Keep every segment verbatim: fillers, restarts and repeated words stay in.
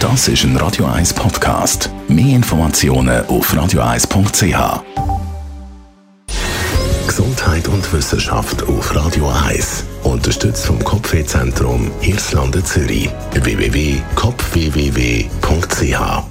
Das ist ein Radio eins Podcast. Mehr Informationen auf radio eins punkt c h. Gesundheit und Wissenschaft auf Radio eins. Unterstützt vom Kopfwehzentrum Irlande Zürich. w w w punkt kopf w w w punkt c h.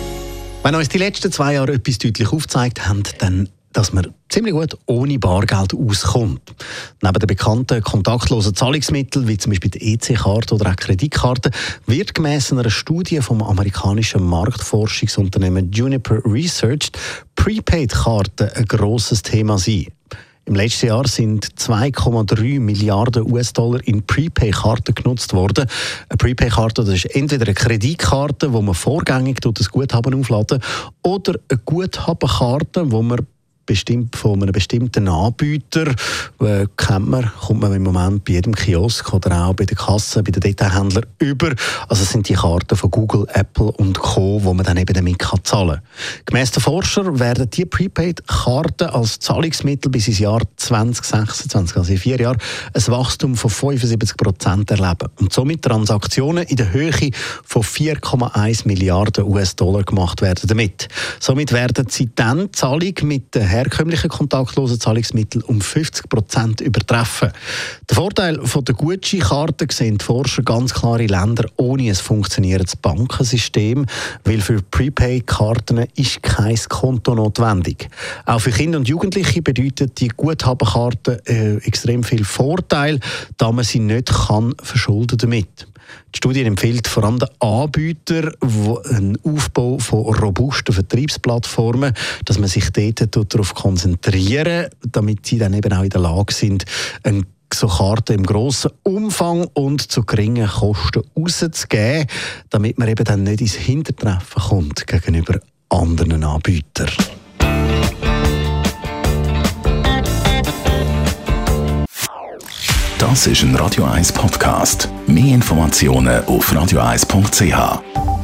Wenn uns die letzten zwei Jahre etwas deutlich aufgezeigt haben, dann dass man ziemlich gut ohne Bargeld auskommt. Neben den bekannten kontaktlosen Zahlungsmitteln, wie zum Beispiel die E C-Karte oder auch Kreditkarte, wird gemäss einer Studie vom amerikanischen Marktforschungsunternehmen Juniper Research Prepaid-Karten ein grosses Thema sein. Im letzten Jahr sind zwei Komma drei Milliarden U S-Dollar in Prepaid-Karten genutzt worden. Eine Prepaid-Karte, das ist entweder eine Kreditkarte, wo man vorgängig das Guthaben aufladen, oder eine Guthabenkarte, wo man bestimmt von einem bestimmten Anbieter, äh, kennt man, kommt man im Moment bei jedem Kiosk oder auch bei der Kasse, bei den Detailhändlern über. Also es sind die Karten von Google, Apple und Co., wo man dann eben damit kann zahlen kann. Gemäss den Forschern werden die Prepaid-Karten als Zahlungsmittel bis ins Jahr zwanzig sechsundzwanzig, also in vier Jahren, ein Wachstum von fünfundsiebzig Prozent erleben und somit Transaktionen in der Höhe von vier Komma eins Milliarden U S-Dollar gemacht werden damit. Somit werden sie dann die Zahlung mit den herkömmlichen kontaktlosen Zahlungsmittel um fünfzig Prozent übertreffen. Der Vorteil von der Gucci-Karte sehen die Forscher ganz klar in Ländern ohne ein funktionierendes Bankensystem, weil für Prepaid-Karten ist kein Konto notwendig. Auch für Kinder und Jugendliche bedeutet die Guthabenkarte äh, extrem viel Vorteil, da man sie nicht kann verschulden damit. Die Studie empfiehlt vor allem den Anbietern einen Aufbau von robusten Vertriebsplattformen, dass man sich dort darauf konzentrieren, damit sie dann eben auch in der Lage sind, eine so Karten im grossen Umfang und zu geringen Kosten rauszugeben, damit man eben dann nicht ins Hintertreffen kommt gegenüber anderen Anbietern. Das ist ein Radio eins Podcast. Mehr Informationen auf radio eins punkt c h.